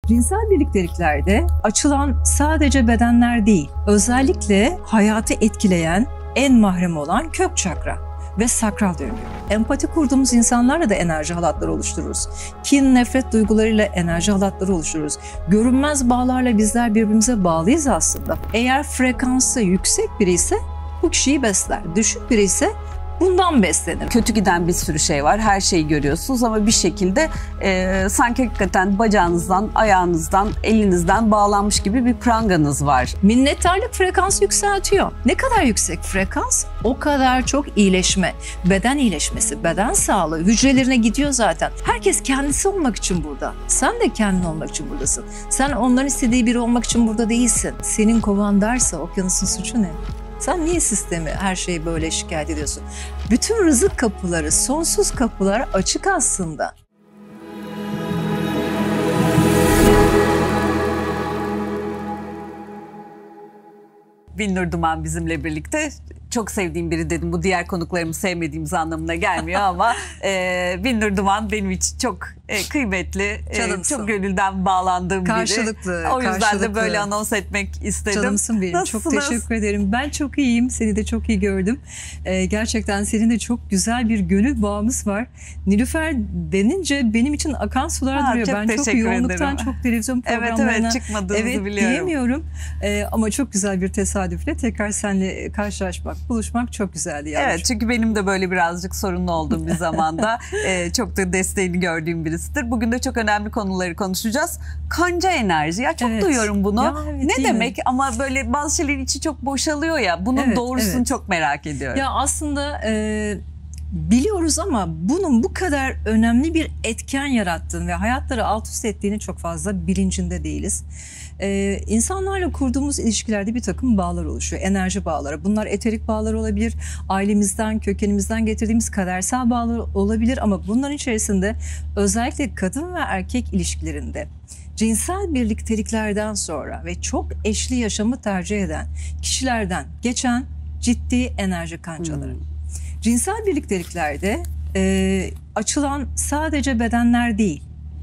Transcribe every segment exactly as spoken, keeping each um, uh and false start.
Cinsel birlikteliklerde açılan sadece bedenler değil, özellikle hayatı etkileyen en mahrem olan kök çakra ve sakral döngü. Empati kurduğumuz insanlarla da enerji halatları oluştururuz. Kin, nefret duygularıyla enerji halatları oluştururuz. Görünmez bağlarla bizler birbirimize bağlıyız aslında. Eğer frekansı yüksek biri ise bu kişiyi besler. Düşük biri ise bundan beslenir. Kötü giden bir sürü şey var. Her şeyi görüyorsunuz ama bir şekilde e, sanki hakikaten bacağınızdan, ayağınızdan, elinizden bağlanmış gibi bir pranganız var. Minnettarlık frekansı yükseltiyor. Ne kadar yüksek frekans, o kadar çok iyileşme. Beden iyileşmesi, beden sağlığı hücrelerine gidiyor zaten. Herkes kendisi olmak için burada. Sen de kendin olmak için buradasın. Sen onların istediği biri olmak için burada değilsin. Senin kovan derse okyanusun suçu ne? Sen niye sistemi, her şeyi böyle şikayet ediyorsun? Bütün rızık kapıları, sonsuz kapılar açık aslında. Binnur Duman bizimle birlikte. Çok sevdiğim biri dedim. Bu diğer konuklarımı sevmediğimiz anlamına gelmiyor ama e, Binnur Duman benim için çok e, kıymetli, e, çok gönülden bağlandığım karşılıklı, biri. O yüzden karşılıklı. de böyle anons etmek istedim. Canımsın benim. Nasılsınız? Çok teşekkür ederim. Ben çok iyiyim. Seni de çok iyi gördüm. Ee, gerçekten senin de çok güzel bir gönül bağımız var. Nilüfer denince benim için akan sular ha, duruyor. Çok ben çok yoğunluktan ederim. çok televizyon programlarına evet, evet, çıkmadığınızı evet, biliyorum. diyemiyorum. Ee, ama çok güzel bir tesadüfle tekrar seninle karşılaşmak, buluşmak çok güzeldi yavrum. Evet, çünkü benim de böyle birazcık sorunlu olduğum bir zamanda e, çok da desteğini gördüğüm birisidir. Bugün de çok önemli konuları konuşacağız. Kanca enerji. Ya çok evet. duyuyorum bunu. Ya, evet, ne demek mi? Ama böyle bazı şeylerin içi çok boşalıyor ya. Bunun evet, doğrusunu evet. çok merak ediyorum. Ya aslında e, biliyoruz ama bunun bu kadar önemli bir etken yarattığını ve hayatları alt üst ettiğini çok fazla bilincinde değiliz. Ee, insanlarla kurduğumuz ilişkilerde bir takım bağlar oluşuyor. Enerji bağları. Bunlar eterik bağlar olabilir. Ailemizden, kökenimizden getirdiğimiz kadersel bağlar olabilir. Ama bunların içerisinde özellikle kadın ve erkek ilişkilerinde cinsel birlikteliklerden sonra ve çok eşli yaşamı tercih eden kişilerden geçen ciddi enerji kancaları. Hmm. Cinsel birlikteliklerde e, açılan sadece bedenler değil,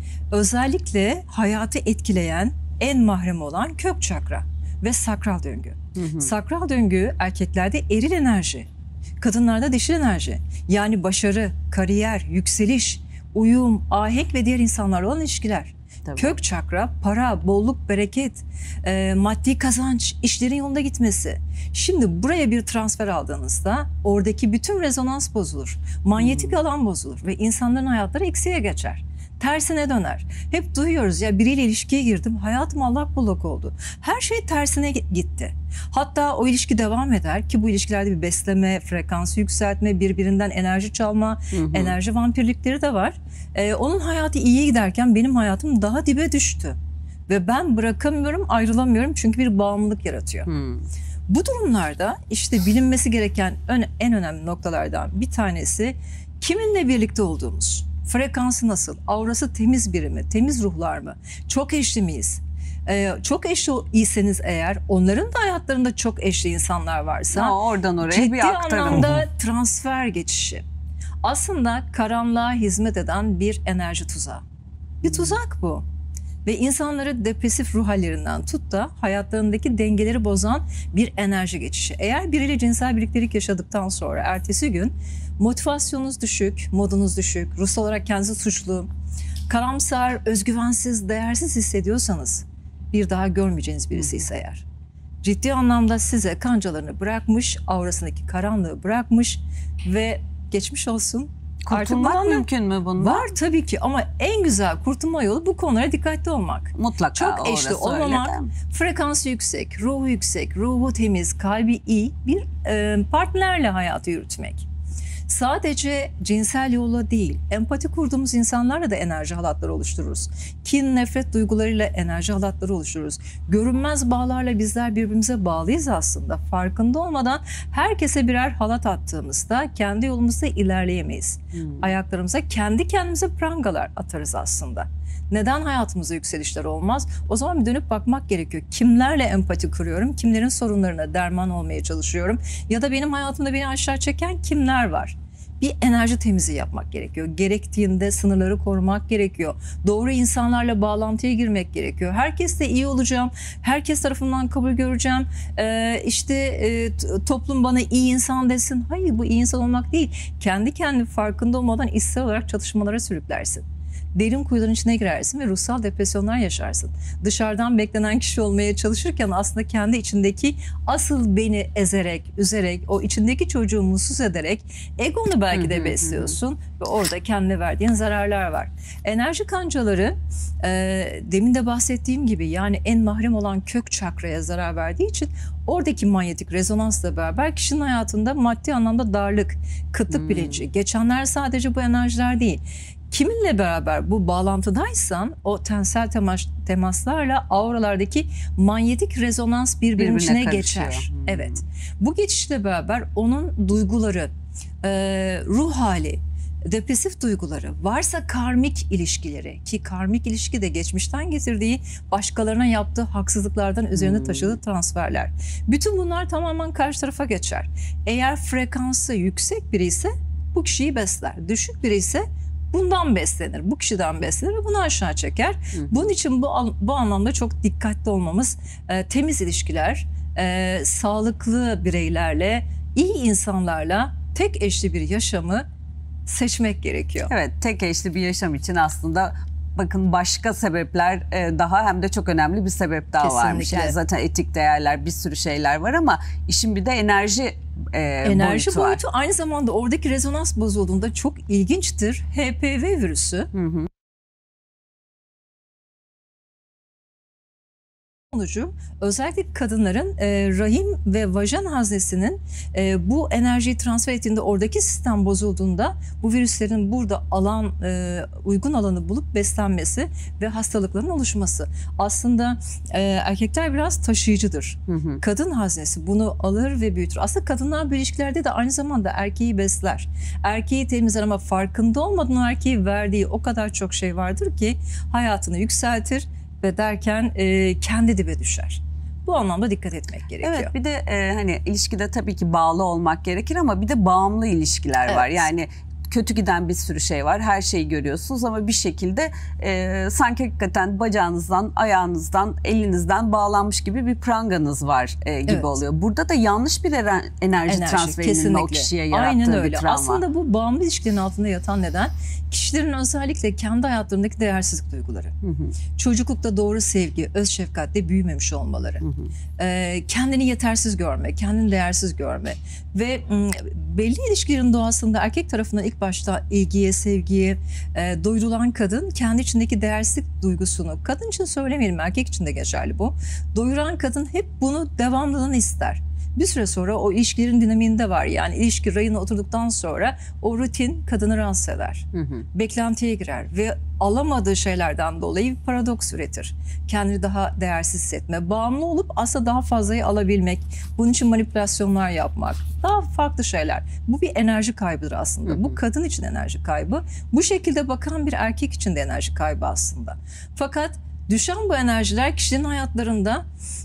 özellikle hayatı etkileyen en mahrem olan kök çakra ve sakral döngü. Hı hı. Sakral döngü erkeklerde eril enerji, kadınlarda dişil enerji. Yani başarı, kariyer, yükseliş, uyum, ahenk ve diğer insanlarla olan ilişkiler. Tabii. Kök çakra, para, bolluk, bereket, e, maddi kazanç, işlerin yolunda gitmesi. Şimdi buraya bir transfer aldığınızda oradaki bütün rezonans bozulur. Manyetik hmm. alan bozulur ve insanların hayatları eksiye geçer. Tersine döner. Hep duyuyoruz ya, biriyle ilişkiye girdim, hayatım allak bullak oldu. Her şey tersine gitti. Hatta o ilişki devam eder ki bu ilişkilerde bir besleme, frekansı yükseltme, birbirinden enerji çalma, hı hı. enerji vampirlikleri de var. Ee, onun hayatı iyiye giderken benim hayatım daha dibe düştü. Ve ben bırakamıyorum, ayrılamıyorum çünkü bir bağımlılık yaratıyor. Hı. Bu durumlarda işte bilinmesi gereken en önemli noktalardan bir tanesi kiminle birlikte olduğumuz. Frekansı nasıl? Aurası temiz biri mi? Temiz ruhlar mı? Çok eşli miyiz? Ee, çok eşliyseniz eğer, onların da hayatlarında çok eşli insanlar varsa ha, oradan oraya ciddi bir aktarım. anlamda transfer geçişi. Aslında karanlığa hizmet eden bir enerji tuzağı. Bir tuzak bu. Ve insanları depresif ruh hallerinden tut da hayatlarındaki dengeleri bozan bir enerji geçişi. Eğer biriyle cinsel birliktelik yaşadıktan sonra ertesi gün motivasyonunuz düşük, modunuz düşük, ruhsal olarak kendinizi suçlu, karamsar, özgüvensiz, değersiz hissediyorsanız, bir daha görmeyeceğiniz birisi ise eğer, ciddi anlamda size kancalarını bırakmış, aurasındaki karanlığı bırakmış ve geçmiş olsun. Kurtulmak mümkün mü bundan? Var tabii ki ama en güzel kurtulma yolu bu konulara dikkatli olmak. Mutlaka. Çok eşli olmamak, frekansı yüksek, ruhu yüksek, ruhu temiz, kalbi iyi bir e, partnerle hayatı yürütmek. Sadece cinsel yolla değil, empati kurduğumuz insanlarla da enerji halatları oluştururuz. Kin, nefret duygularıyla enerji halatları oluştururuz. Görünmez bağlarla bizler birbirimize bağlıyız aslında. Farkında olmadan herkese birer halat attığımızda kendi yolumuzda ilerleyemeyiz. Hmm. Ayaklarımıza kendi kendimize prangalar atarız aslında. Neden hayatımızda yükselişler olmaz? O zaman bir dönüp bakmak gerekiyor. Kimlerle empati kuruyorum? Kimlerin sorunlarına derman olmaya çalışıyorum? Ya da benim hayatımda beni aşağı çeken kimler var? bir enerji temizliği yapmak gerekiyor. Gerektiğinde sınırları korumak gerekiyor. Doğru insanlarla bağlantıya girmek gerekiyor. Herkesle iyi olacağım, herkes tarafından kabul göreceğim. Ee, işte e, toplum bana iyi insan desin. Hayır, bu iyi insan olmak değil. Kendi kendi farkında olmadan içsel olarak çatışmalara sürüklersin. Derin kuyuların içine girersin ve ruhsal depresyonlar yaşarsın. Dışarıdan beklenen kişi olmaya çalışırken aslında kendi içindeki asıl beni ezerek, üzerek, o içindeki çocuğu mutsuz ederek egonu belki de besliyorsun ve orada kendine verdiğin zararlar var. Enerji kancaları e, demin de bahsettiğim gibi yani en mahrem olan kök çakraya zarar verdiği için oradaki manyetik rezonansla beraber kişinin hayatında maddi anlamda darlık, kıtlık hmm. bilinci. Geçenler sadece bu enerjiler değil. Kiminle beraber bu bağlantıdaysan o tensel temas, temaslarla auralardaki manyetik rezonans birbirinin içine geçer. Hmm. Evet. Bu geçişle beraber onun duyguları, e, ruh hali, depresif duyguları, varsa karmik ilişkileri ki karmik ilişki de geçmişten getirdiği başkalarına yaptığı haksızlıklardan üzerine taşıdığı transferler. Bütün bunlar tamamen karşı tarafa geçer. Eğer frekansı yüksek biri ise bu kişiyi besler. Düşük biri ise bundan beslenir, bu kişiden beslenir ve bunu aşağı çeker. Hı hı. Bunun için bu, bu anlamda çok dikkatli olmamız, e, temiz ilişkiler, e, sağlıklı bireylerle, iyi insanlarla tek eşli bir yaşamı seçmek gerekiyor. Evet, tek eşli bir yaşam için aslında bakın başka sebepler daha hem de çok önemli bir sebep daha Kesinlikle. varmış. Yani zaten etik değerler, bir sürü şeyler var ama işin bir de enerji e, enerji boyutu, boyutu var. Aynı zamanda oradaki rezonans bozulduğunda çok ilginçtir. H P V virüsü hı hı. sonucu özellikle kadınların e, rahim ve vajen haznesinin e, bu enerjiyi transfer ettiğinde oradaki sistem bozulduğunda bu virüslerin burada alan e, uygun alanı bulup beslenmesi ve hastalıkların oluşması. Aslında e, erkekler biraz taşıyıcıdır. Hı hı. Kadın haznesi bunu alır ve büyütür. Aslında kadınlar bu ilişkilerde de aynı zamanda erkeği besler. Erkeği temizler ama farkında olmadan o erkeği verdiği o kadar çok şey vardır ki hayatını yükseltir ve derken e, kendi dibe düşer. Bu anlamda dikkat etmek gerekiyor. Evet, bir de e, hani ilişkide tabii ki bağlı olmak gerekir ama bir de bağımlı ilişkiler evet. var. Yani kötü giden bir sürü şey var. Her şeyi görüyorsunuz ama bir şekilde e, sanki hakikaten bacağınızdan, ayağınızdan, elinizden bağlanmış gibi bir pranganız var e, gibi evet. oluyor. Burada da yanlış bir enerji, enerji transferinin o kişiye yarattığı Aynen öyle. bir travma. Aslında bu bağımlı ilişkilerin altında yatan neden kişilerin özellikle kendi hayatlarındaki değersizlik duyguları. Hı hı. Çocuklukta doğru sevgi, öz şefkatle büyümemiş olmaları. Hı hı. E, kendini yetersiz görme, kendini değersiz görme ve m, belli ilişkilerin doğasında erkek tarafından ilk başta ilgiye, sevgiye e, doyurulan kadın kendi içindeki değersizlik duygusunu, kadın için söylemeyelim, erkek için de geçerli bu. Doyuran kadın hep bunu devamlılığını ister. Bir süre sonra o ilişkilerin dinamiğinde var. Yani ilişki rayına oturduktan sonra o rutin kadını rahatsız eder. Hı hı. Beklentiye girer ve alamadığı şeylerden dolayı bir paradoks üretir. Kendini daha değersiz hissetme, bağımlı olup aslında daha fazlayı alabilmek, bunun için manipülasyonlar yapmak, daha farklı şeyler. Bu bir enerji kaybıdır aslında. Hı hı. Bu kadın için enerji kaybı. Bu şekilde bakan bir erkek için de enerji kaybı aslında. Fakat düşen bu enerjiler kişinin hayatlarında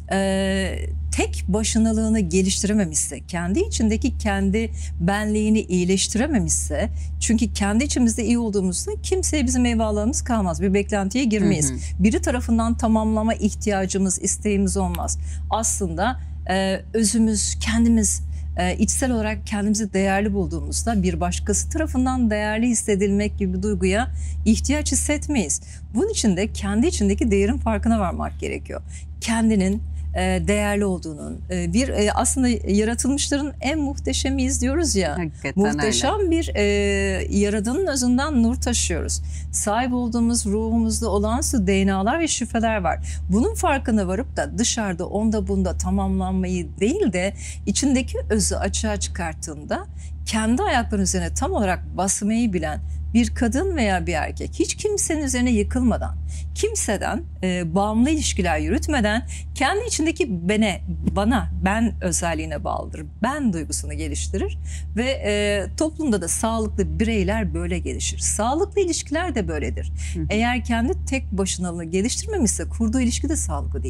e, tek başınalığını geliştirememişse, kendi içindeki kendi benliğini iyileştirememişse, çünkü kendi içimizde iyi olduğumuzda kimseye bizim eyvallahımız kalmaz. Bir beklentiye girmeyiz. Hı hı. Biri tarafından tamamlama ihtiyacımız, isteğimiz olmaz. Aslında e, özümüz, kendimiz e, içsel olarak kendimizi değerli bulduğumuzda bir başkası tarafından değerli hissedilmek gibi bir duyguya ihtiyaç hissetmeyiz. Bunun için de kendi içindeki değerin farkına varmak gerekiyor. Kendinin değerli olduğunun, bir aslında yaratılmışların en muhteşemiyiz diyoruz ya. Hakikaten muhteşem öyle. Bir e, yaradanın özünden nur taşıyoruz. Sahip olduğumuz ruhumuzda olağanüstü D N A'lar ve şifreler var. Bunun farkına varıp da dışarıda onda bunda tamamlanmayı değil de içindeki özü açığa çıkarttığında kendi ayaklarının üzerine tam olarak basmayı bilen bir kadın veya bir erkek hiç kimsenin üzerine yıkılmadan, kimseden e, bağımlı ilişkiler yürütmeden kendi içindeki bene, bana, ben özelliğine bağlıdır. Ben duygusunu geliştirir ve e, toplumda da sağlıklı bireyler böyle gelişir. Sağlıklı ilişkiler de böyledir. Hı hı. Eğer kendi tek başınalığını geliştirmemişse kurduğu ilişki de sağlıklı değil.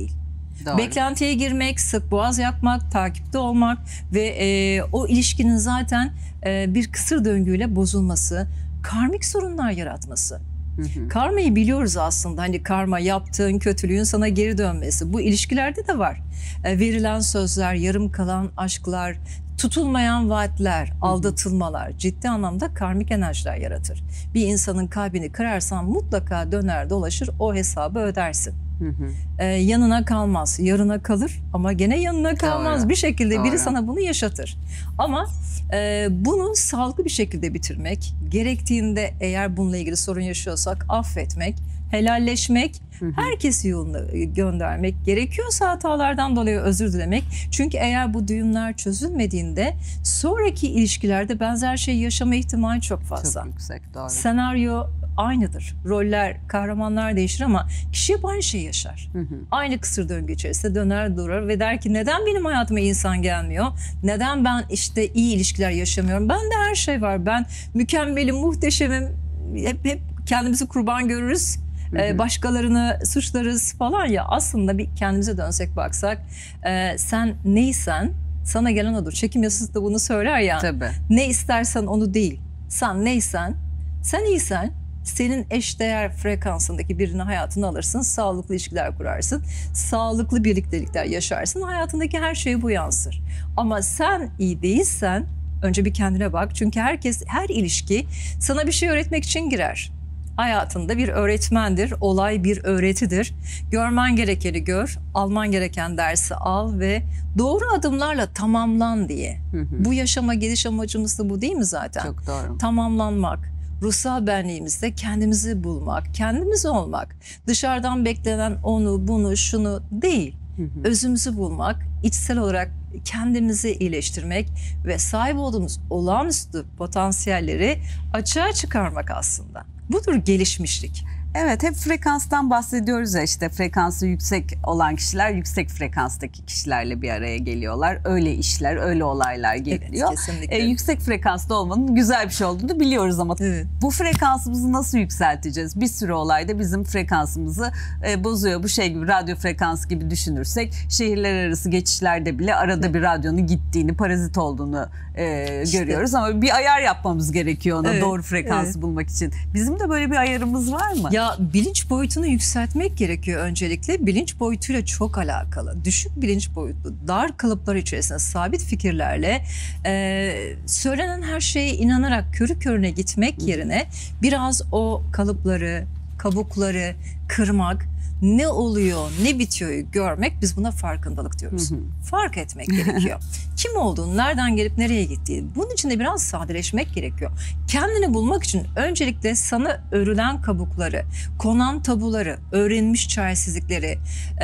Doğru. Beklentiye girmek, sık boğaz yapmak, takipte olmak ve e, o ilişkinin zaten e, bir kısır döngüyle bozulması, karmik sorunlar yaratması. Hı hı. Karmayı biliyoruz aslında, hani karma yaptığın kötülüğün sana geri dönmesi. Bu ilişkilerde de var. E, verilen sözler, yarım kalan aşklar, tutulmayan vaatler, aldatılmalar ciddi anlamda karmik enerjiler yaratır. Bir insanın kalbini kırarsan mutlaka döner dolaşır o hesabı ödersin. Hı hı. Ee, yanına kalmaz, yarına kalır ama gene yanına kalmaz. Doğru. Bir şekilde Doğru. biri sana bunu yaşatır. Ama e, bunu sağlıklı bir şekilde bitirmek, gerektiğinde eğer bununla ilgili sorun yaşıyorsak affetmek, helalleşmek, Hı hı. herkesi yoluna göndermek, gerekiyorsa hatalardan dolayı özür dilemek. Çünkü eğer bu düğümler çözülmediğinde sonraki ilişkilerde benzer şeyi yaşama ihtimali çok fazla. Çok yüksek, doğru. Senaryo aynıdır. Roller, kahramanlar değişir ama kişi hep aynı şeyi yaşar. Hı hı. Aynı kısır döngü içerisinde döner durar ve der ki neden benim hayatıma insan gelmiyor? Neden ben işte iyi ilişkiler yaşamıyorum? Bende her şey var. Ben mükemmelim, muhteşemim. Hep, hep kendimizi kurban görürüz. Hı hı. Ee, başkalarını suçlarız falan ya. Aslında bir kendimize dönsek baksak, e, sen neysen sana gelen odur. Çekim yasası da bunu söyler ya. Tabii. Ne istersen onu değil. Sen neysen, sen iyisen senin eşdeğer frekansındaki birini hayatına alırsın, sağlıklı ilişkiler kurarsın, sağlıklı birliktelikler yaşarsın, hayatındaki her şey bu yansır. Ama sen iyi değilsen önce bir kendine bak. Çünkü herkes, her ilişki sana bir şey öğretmek için girer. Hayatında bir öğretmendir, olay bir öğretidir. Görmen gerekeni gör, alman gereken dersi al ve doğru adımlarla tamamlan diye. Hı hı. Bu yaşama geliş amacımız da bu değil mi zaten? Çok doğru. Tamamlanmak, ruhsal benliğimizde kendimizi bulmak, kendimiz olmak. Dışarıdan beklenen onu, bunu, şunu değil. Hı hı. Özümüzü bulmak, içsel olarak kendimizi iyileştirmek ve sahip olduğumuz olağanüstü potansiyelleri açığa çıkarmak aslında. Budur gelişmişlik. Evet, hep frekanstan bahsediyoruz ya, işte frekansı yüksek olan kişiler yüksek frekanstaki kişilerle bir araya geliyorlar. Öyle işler, öyle olaylar geliyor. Evet, kesinlikle. E, yüksek frekansta olmanın güzel bir şey olduğunu biliyoruz ama Evet. bu frekansımızı nasıl yükselteceğiz? Bir sürü olayda bizim frekansımızı e, bozuyor. Bu şey gibi, radyo frekansı gibi düşünürsek şehirler arası geçişlerde bile arada Evet. bir radyonun gittiğini, parazit olduğunu e, İşte. görüyoruz ama bir ayar yapmamız gerekiyor ona, Evet, doğru frekansı evet. bulmak için. Bizim de böyle bir ayarımız var mı? Ya bilinç boyutunu yükseltmek gerekiyor öncelikle. Bilinç boyutuyla çok alakalı. Düşük bilinç boyutlu, dar kalıplar içerisinde sabit fikirlerle e, söylenen her şeye inanarak körü körüne gitmek yerine biraz o kalıpları, kabukları kırmak, ne oluyor, ne bitiyor görmek, biz buna farkındalık diyoruz. Hı hı. Fark etmek gerekiyor. Kim olduğunu, nereden gelip nereye gittiğini. Bunun için de biraz sadeleşmek gerekiyor. Kendini bulmak için öncelikle sana örülen kabukları, konan tabuları, öğrenmiş çaresizlikleri, e,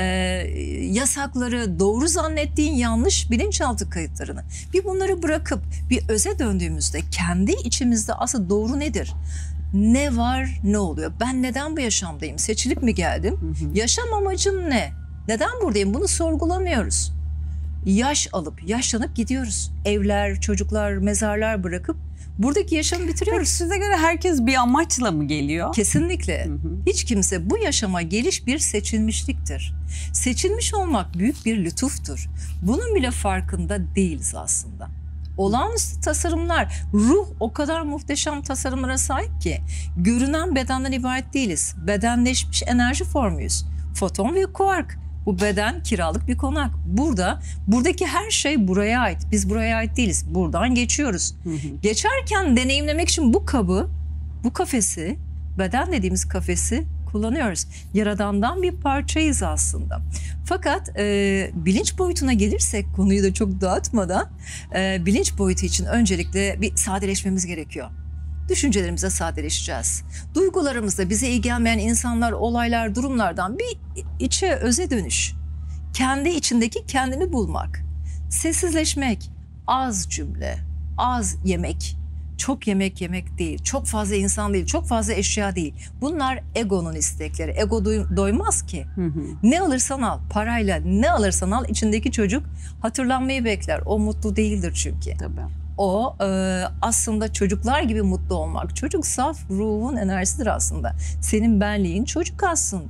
yasakları, doğru zannettiğin yanlış bilinçaltı kayıtlarını bir bunları bırakıp bir öze döndüğümüzde kendi içimizde aslında doğru nedir? Ne var, ne oluyor? Ben neden bu yaşamdayım? Seçilip mi geldim? Hı hı. Yaşam amacım ne? Neden buradayım? Bunu sorgulamıyoruz. Yaş alıp, yaşlanıp gidiyoruz. Evler, çocuklar, mezarlar bırakıp buradaki yaşamı Peki bitiriyoruz. size göre herkes bir amaçla mı geliyor? Kesinlikle. Hı hı. Hiç kimse, bu yaşama geliş bir seçilmişliktir. Seçilmiş olmak büyük bir lütuftur. Bunun bile farkında değiliz aslında. Olağanüstü tasarımlar, ruh o kadar muhteşem tasarımlara sahip ki görünen bedenden ibaret değiliz. Bedenleşmiş enerji formuyuz. Foton ve kuark. Bu beden kiralık bir konak. Burada, buradaki her şey buraya ait. Biz buraya ait değiliz. Buradan geçiyoruz. Hı hı. Geçerken deneyimlemek için bu kabı, bu kafesi, beden dediğimiz kafesi kullanıyoruz. Yaradandan bir parçayız aslında. Fakat e, bilinç boyutuna gelirsek, konuyu da çok dağıtmadan, e, bilinç boyutu için öncelikle bir sadeleşmemiz gerekiyor. Düşüncelerimize sadeleşeceğiz. Duygularımızda bize iyi gelmeyen insanlar, olaylar, durumlardan bir içe, öze dönüş. Kendi içindeki kendini bulmak. Sessizleşmek, az cümle, az yemek. Çok yemek yemek değil, çok fazla insan değil, çok fazla eşya değil. Bunlar egonun istekleri. Ego doy- doymaz ki. Hı hı. Ne alırsan al, parayla ne alırsan al, içindeki çocuk hatırlanmayı bekler. O mutlu değildir çünkü. Tabii. O e, aslında çocuklar gibi mutlu olmak. Çocuk saf ruhun enerjisidir aslında. Senin benliğin çocuk aslında.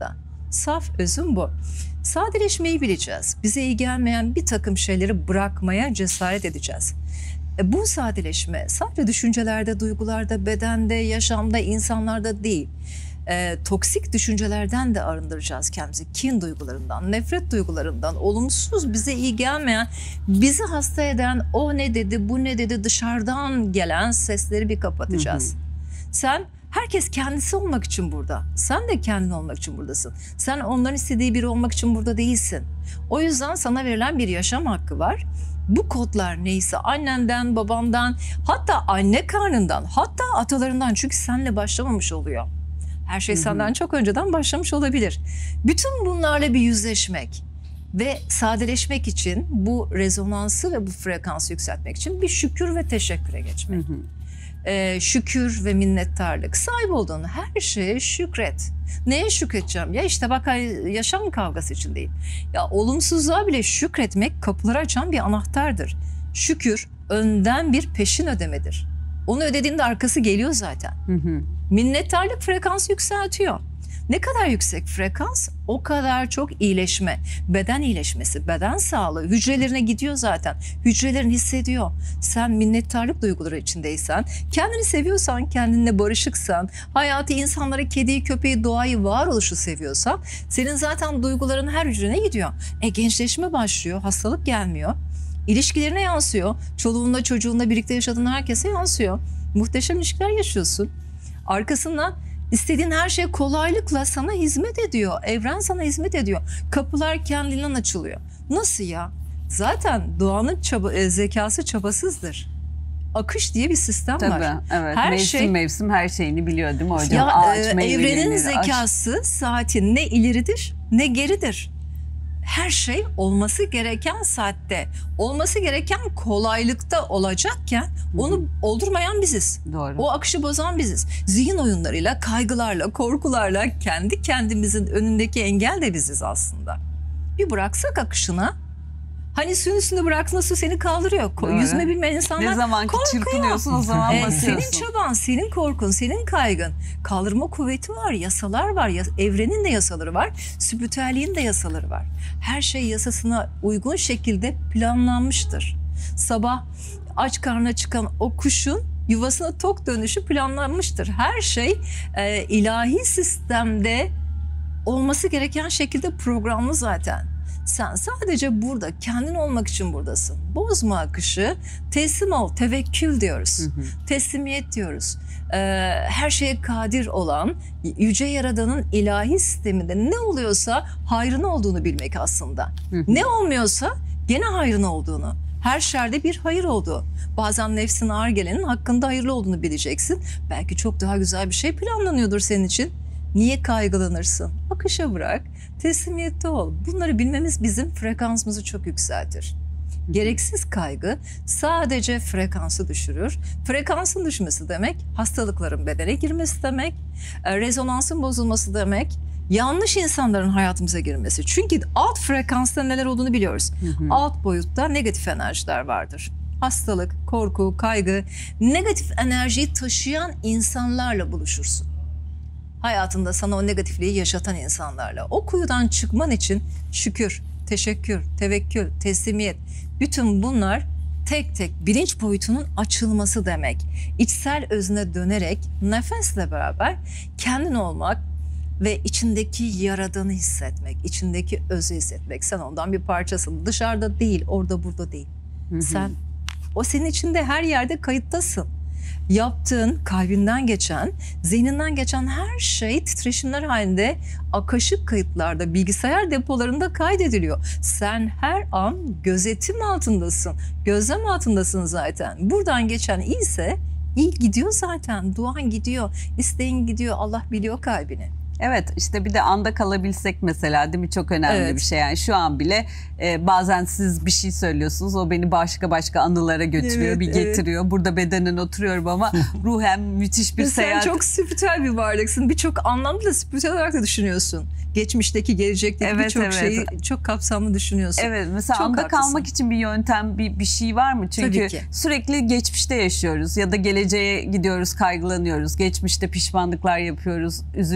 Saf özüm bu. Sadeleşmeyi bileceğiz. Bize iyi gelmeyen bir takım şeyleri bırakmaya cesaret edeceğiz. E, bu sadeleşme sadece düşüncelerde, duygularda, bedende, yaşamda, insanlarda değil. E, toksik düşüncelerden de arındıracağız kendimizi. Kin duygularından, nefret duygularından, olumsuz, bize iyi gelmeyen, bizi hasta eden o ne dedi, bu ne dedi, dışarıdan gelen sesleri bir kapatacağız. Hı hı. Sen, herkes kendisi olmak için burada. Sen de kendin olmak için buradasın. Sen onların istediği biri olmak için burada değilsin. O yüzden sana verilen bir yaşam hakkı var. Bu kodlar neyse annenden, babandan, hatta anne karnından, hatta atalarından, çünkü seninle başlamamış oluyor. Her şey senden çok önceden başlamış olabilir. Bütün bunlarla bir yüzleşmek ve sadeleşmek için, bu rezonansı ve bu frekansı yükseltmek için bir şükür ve teşekküre geçmek. Hı hı. Ee, şükür ve minnettarlık. Sahip olduğun her şeye şükret. Neye şükredeceğim? Ya işte bak, yaşam kavgası için değil. Ya olumsuzluğa bile şükretmek kapıları açan bir anahtardır. Şükür önden bir peşin ödemedir. Onu ödediğinde arkası geliyor zaten. Hı hı. Minnettarlık frekansı yükseltiyor. Ne kadar yüksek frekans, o kadar çok iyileşme, beden iyileşmesi, beden sağlığı hücrelerine gidiyor zaten. Hücrelerin hissediyor. Sen minnettarlık duyguları içindeysen, kendini seviyorsan, kendinle barışıksan, hayatı, insanları, kediyi, köpeği, doğayı, varoluşu seviyorsan, senin zaten duyguların her hücrene gidiyor. E gençleşme başlıyor, hastalık gelmiyor. İlişkilerine yansıyor. Çoluğunla, çocuğunla birlikte yaşadığın herkese yansıyor. Muhteşem ilişkiler yaşıyorsun. Arkasından İstediğin her şey kolaylıkla sana hizmet ediyor. Evren sana hizmet ediyor. Kapılar kendinden açılıyor. Nasıl ya? Zaten doğanın çaba, e, zekası çabasızdır. Akış diye bir sistem Tabii, var. Evet. Her mevsim şey, mevsim her şeyini biliyor değil mi hocam? Ya, Ağaç, e, evrenin zekası, aş... saatin ne ileridir ne geridir. Her şey olması gereken saatte, olması gereken kolaylıkta olacakken onu Hı-hı. oldurmayan biziz. Doğru. O akışı bozan biziz. Zihin oyunlarıyla, kaygılarla, korkularla kendi kendimizin önündeki engel de biziz aslında. Bir bıraksak akışına, hani suyun üstünde bıraktığında su seni kaldırıyor. Doğru. Yüzme bilmeyen insanlar ne zaman ki korkuyor. çırpınıyorsun o zaman ee, basıyorsun. Senin çaban, senin korkun, senin kaygın. Kaldırma kuvveti var, yasalar var. Evrenin de yasaları var, spiritüelliğin de yasaları var. Her şey yasasına uygun şekilde planlanmıştır. Sabah aç karnına çıkan o kuşun yuvasına tok dönüşü planlanmıştır. Her şey e, ilahi sistemde olması gereken şekilde programlı zaten. Sen sadece burada kendin olmak için buradasın. Bozma akışı, teslim ol, tevekkül diyoruz. Hı hı. Teslimiyet diyoruz. Ee, her şeye kadir olan yüce yaradanın ilahi sisteminde ne oluyorsa hayrın olduğunu bilmek aslında. Hı hı. Ne olmuyorsa gene hayrın olduğunu. Her şerde bir hayır olduğu. Bazen nefsin ağır gelenin hakkında hayırlı olduğunu bileceksin. Belki çok daha güzel bir şey planlanıyordur senin için. Niye kaygılanırsın? Akışa bırak, teslimiyette ol. Bunları bilmemiz bizim frekansımızı çok yükseltir. Gereksiz kaygı sadece frekansı düşürür. Frekansın düşmesi demek hastalıkların bedene girmesi demek, rezonansın bozulması demek, yanlış insanların hayatımıza girmesi. Çünkü alt frekansta neler olduğunu biliyoruz. Hı hı. Alt boyutta negatif enerjiler vardır. Hastalık, korku, kaygı, negatif enerjiyi taşıyan insanlarla buluşursun. Hayatında sana o negatifliği yaşatan insanlarla. O kuyudan çıkman için şükür, teşekkür, tevekkül, teslimiyet, bütün bunlar tek tek bilinç boyutunun açılması demek. İçsel özüne dönerek nefesle beraber kendin olmak ve içindeki yaradanı hissetmek, içindeki özü hissetmek. Sen ondan bir parçasın. Dışarıda değil, orada burada değil. Hı hı. Sen, o senin içinde her yerde kayıttasın. Yaptığın, kalbinden geçen, zihninden geçen her şey titreşimler halinde akaşık kayıtlarda, bilgisayar depolarında kaydediliyor. Sen her an gözetim altındasın, gözlem altındasın zaten. Buradan geçen iyiyse iyi gidiyor zaten, duan gidiyor, isteğin gidiyor, Allah biliyor kalbini. Evet, işte bir de anda kalabilsek mesela, değil mi? Çok önemli Evet. bir şey. Yani şu an bile e, bazen siz bir şey söylüyorsunuz, o beni başka başka anılara götürüyor, Evet, bir evet. getiriyor. Burada bedenen oturuyorum ama ruhen müthiş bir Sen seyahat. çok spiritüel bir varlıksın. Birçok anlamda da spiritüel olarak da düşünüyorsun. Geçmişteki, gelecekteki Evet, birçok evet. şeyi çok kapsamlı düşünüyorsun. Evet, mesela Çok anda haklısın. kalmak için bir yöntem, bir, bir şey var mı? Çünkü Tabii ki. sürekli geçmişte yaşıyoruz ya da geleceğe gidiyoruz, kaygılanıyoruz. Geçmişte pişmanlıklar yapıyoruz, üzülüyoruz. Halbuki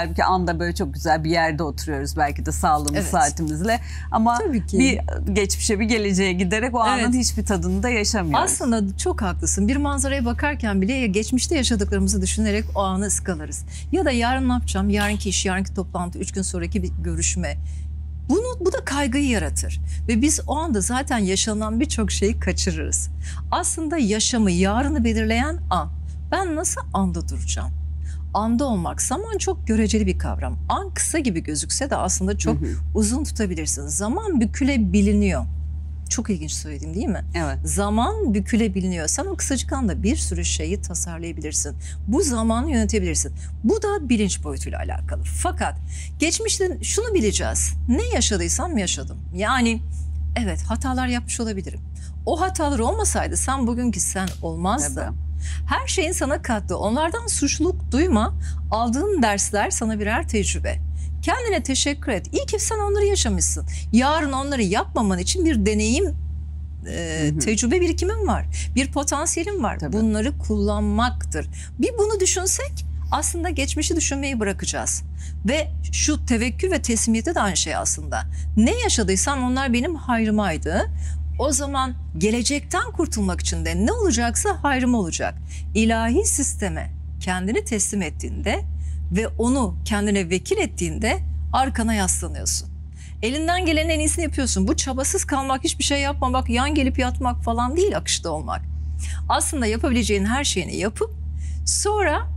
Halbuki anda böyle çok güzel bir yerde oturuyoruz belki de sağlığımız Evet. saatimizle. Ama bir geçmişe bir geleceğe giderek o anın evet. hiçbir tadını da yaşamıyoruz. Aslında çok haklısın. Bir manzaraya bakarken bile geçmişte yaşadıklarımızı düşünerek o anı ıskalarız. Ya da yarın ne yapacağım? Yarınki iş, yarınki toplantı, üç gün sonraki bir görüşme. Bunu, bu da kaygıyı yaratır ve biz o anda zaten yaşanan birçok şeyi kaçırırız. Aslında yaşamı, yarını belirleyen an. Ben nasıl anda duracağım? Anda olmak, zaman çok göreceli bir kavram. An kısa gibi gözükse de aslında çok hı hı. uzun tutabilirsin. Zaman bükülebiliniyor. Çok ilginç söyledim değil mi? Evet. Zaman bükülebiliniyor. Sen o kısacık anda bir sürü şeyi tasarlayabilirsin. Bu zamanı yönetebilirsin. Bu da bilinç boyutuyla alakalı. Fakat geçmişte şunu bileceğiz. Ne yaşadıysam yaşadım. Yani evet, hatalar yapmış olabilirim. O hatalar olmasaydı sen bugünkü sen olmazdın. Evet. Her şeyin sana kattığı, onlardan suçluluk duyma. Aldığın dersler sana birer tecrübe. Kendine teşekkür et. İyi ki sen onları yaşamışsın. Yarın onları yapmaman için bir deneyim, e, hı hı. tecrübe birikimim var. Bir potansiyelim var. Tabii. Bunları kullanmaktır. Bir bunu düşünsek aslında geçmişi düşünmeyi bırakacağız. Ve şu tevekkül ve teslimiyete de aynı şey aslında. Ne yaşadıysam onlar benim hayrımaydı. O zaman gelecekten kurtulmak için de ne olacaksa hayrım olacak. İlahi sisteme kendini teslim ettiğinde ve onu kendine vekil ettiğinde arkana yaslanıyorsun. Elinden gelenin en iyisini yapıyorsun. Bu çabasız kalmak, hiçbir şey yapmamak, yan gelip yatmak falan değil, akışta olmak. Aslında yapabileceğin her şeyini yapıp sonra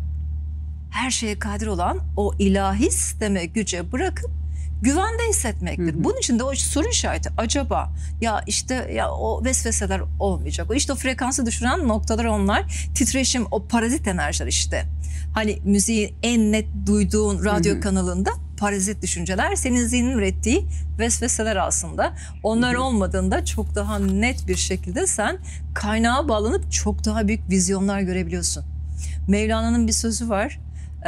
her şeye kadir olan o ilahi sisteme, güce bırakıp güvende hissetmektir. Hı hı. Bunun için de o soru işareti, acaba ya işte ya o vesveseler olmayacak. O işte o frekansı düşüren noktalar onlar. Titreşim, o parazit enerjiler işte. Hani müziği en net duyduğun radyo hı hı. kanalında parazit düşünceler senin zihnin ürettiği vesveseler aslında. Onlar hı hı. olmadığında çok daha net bir şekilde sen kaynağa bağlanıp çok daha büyük vizyonlar görebiliyorsun. Mevlana'nın bir sözü var.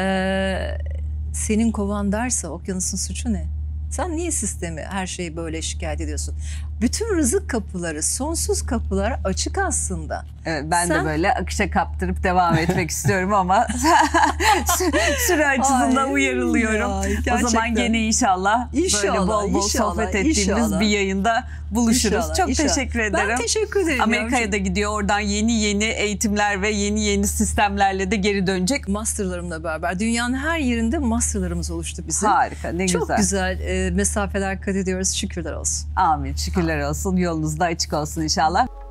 Ee, senin kovan derse okyanusun suçu ne? Sen niye sistemi, her şeyi böyle şikayet ediyorsun? Bütün rızık kapıları, sonsuz kapılar açık aslında. Evet, ben Sen... de böyle akışa kaptırıp devam etmek istiyorum ama süre açısından Ay, uyarılıyorum. Ya, o zaman gene inşallah, inşallah böyle bol bol inşallah, sohbet ettiğimiz inşallah. bir yayında buluşuruz. İnşallah, Çok inşallah. teşekkür ederim. Ben teşekkür ederim. Amerika'ya da gidiyor. Oradan yeni yeni eğitimler ve yeni yeni sistemlerle de geri dönecek. Masterlarımla beraber dünyanın her yerinde masterlarımız oluştu bizim. Harika, ne Çok güzel. Çok güzel e, mesafeler kat ediyoruz. Şükürler olsun. Amin. Şükürler olsun. Yolunuz da açık olsun inşallah.